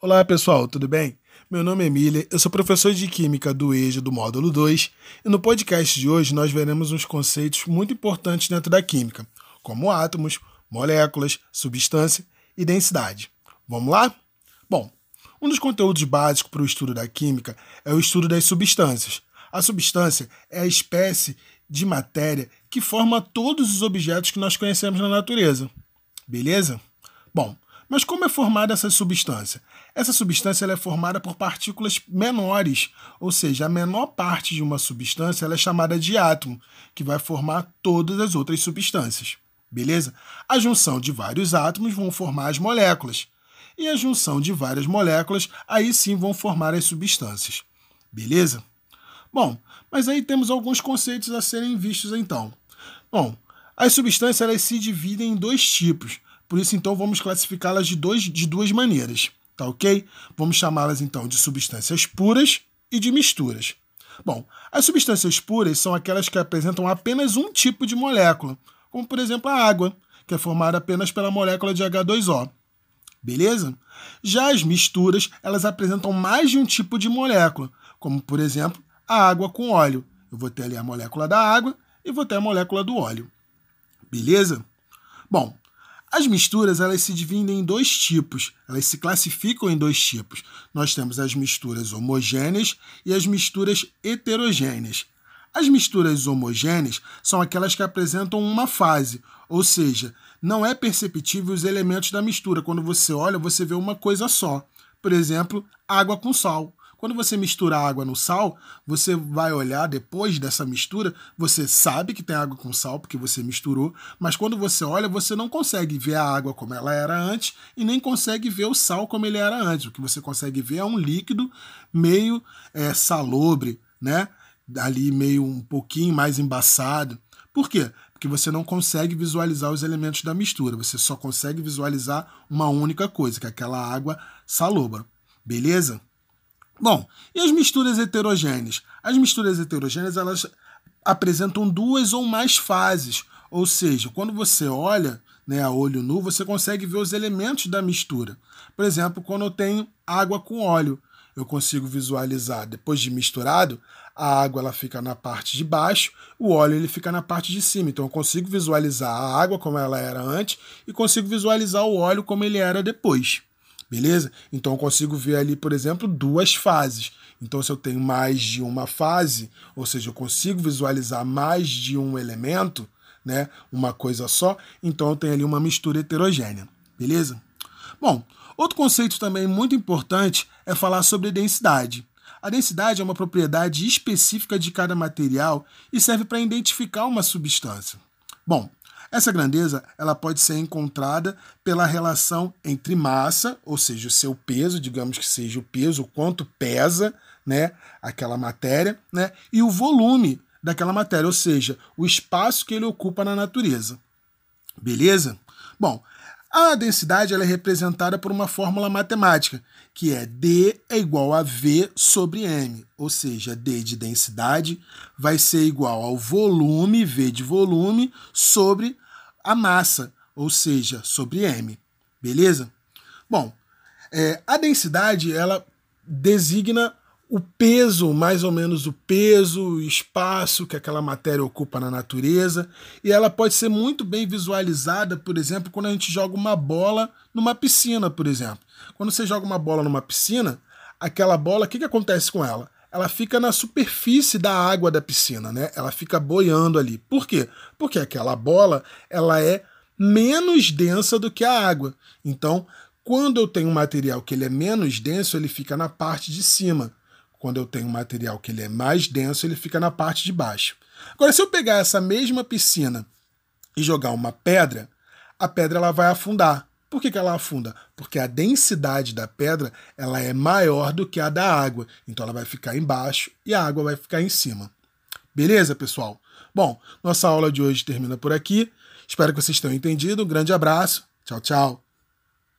Olá pessoal, tudo bem? Meu nome é Emília, eu sou professor de Química do EJA do módulo 2 e no podcast de hoje nós veremos uns conceitos muito importantes dentro da química, como átomos, moléculas, substância e densidade. Vamos lá? Bom, um dos conteúdos básicos para o estudo da química é o estudo das substâncias. A substância é a espécie de matéria que forma todos os objetos que nós conhecemos na natureza. Beleza? Bom, mas como é formada essa substância? Essa substância ela é formada por partículas menores, ou seja, a menor parte de uma substância ela é chamada de átomo, que vai formar todas as outras substâncias. Beleza? A junção de vários átomos vão formar as moléculas. E a junção de várias moléculas, aí sim vão formar as substâncias. Beleza? Bom, mas aí temos alguns conceitos a serem vistos então. Bom, as substâncias elas se dividem em dois tipos, por isso então vamos classificá-las de duas maneiras, tá ok? Vamos chamá-las então de substâncias puras e de misturas. Bom, as substâncias puras são aquelas que apresentam apenas um tipo de molécula, como por exemplo a água, que é formada apenas pela molécula de H2O. Beleza? Já as misturas, elas apresentam mais de um tipo de molécula, como por exemplo a água com óleo. Eu vou ter ali a molécula da água e vou ter a molécula do óleo. Beleza? Bom, as misturas elas se dividem em dois tipos, elas se classificam em dois tipos. Nós temos as misturas homogêneas e as misturas heterogêneas. As misturas homogêneas são aquelas que apresentam uma fase, ou seja, não é perceptível os elementos da mistura. Quando você olha, você vê uma coisa só. Por exemplo, água com sal. Quando você mistura água no sal, você vai olhar depois dessa mistura, você sabe que tem água com sal, porque você misturou, mas quando você olha, você não consegue ver a água como ela era antes e nem consegue ver o sal como ele era antes. O que você consegue ver é um líquido meio salobre, né? Ali meio um pouquinho mais embaçado. Por quê? Porque você não consegue visualizar os elementos da mistura, você só consegue visualizar uma única coisa, que é aquela água salobra. Beleza? Bom, e as misturas heterogêneas? As misturas heterogêneas elas apresentam duas ou mais fases, ou seja, quando você olha, né, a olho nu, você consegue ver os elementos da mistura. Por exemplo, quando eu tenho água com óleo, eu consigo visualizar, depois de misturado, a água ela fica na parte de baixo, o óleo ele fica na parte de cima. Então eu consigo visualizar a água como ela era antes e consigo visualizar o óleo como ele era depois. Beleza? Então eu consigo ver ali, por exemplo, duas fases. Então se eu tenho mais de uma fase, ou seja, eu consigo visualizar mais de um elemento, né, uma coisa só, então eu tenho ali uma mistura heterogênea. Beleza? Bom, outro conceito também muito importante é falar sobre densidade. A densidade é uma propriedade específica de cada material e serve para identificar uma substância. Bom, essa grandeza ela pode ser encontrada pela relação entre massa, ou seja, o seu peso, digamos que seja o peso, o quanto pesa, né, aquela matéria, né, e o volume daquela matéria, ou seja, o espaço que ele ocupa na natureza. Beleza? Bom, a densidade ela é representada por uma fórmula matemática, que é D é igual a V sobre M, ou seja, D de densidade vai ser igual ao volume, V de volume, sobre a massa, ou seja, sobre M. Beleza? Bom, a densidade ela designa o peso, mais ou menos o peso, o espaço que aquela matéria ocupa na natureza, e ela pode ser muito bem visualizada, por exemplo, quando a gente joga uma bola numa piscina, por exemplo. Quando você joga uma bola numa piscina, aquela bola, o que acontece com ela? Ela fica na superfície da água da piscina, né? Ela fica boiando ali. Por quê? Porque aquela bola, ela é menos densa do que a água. Então, quando eu tenho um material que ele é menos denso, ele fica na parte de cima. Quando eu tenho um material que ele é mais denso, ele fica na parte de baixo. Agora, se eu pegar essa mesma piscina e jogar uma pedra, a pedra ela vai afundar. Por que ela afunda? Porque a densidade da pedra ela é maior do que a da água. Então ela vai ficar embaixo e a água vai ficar em cima. Beleza, pessoal? Bom, nossa aula de hoje termina por aqui. Espero que vocês tenham entendido. Um grande abraço. Tchau, tchau.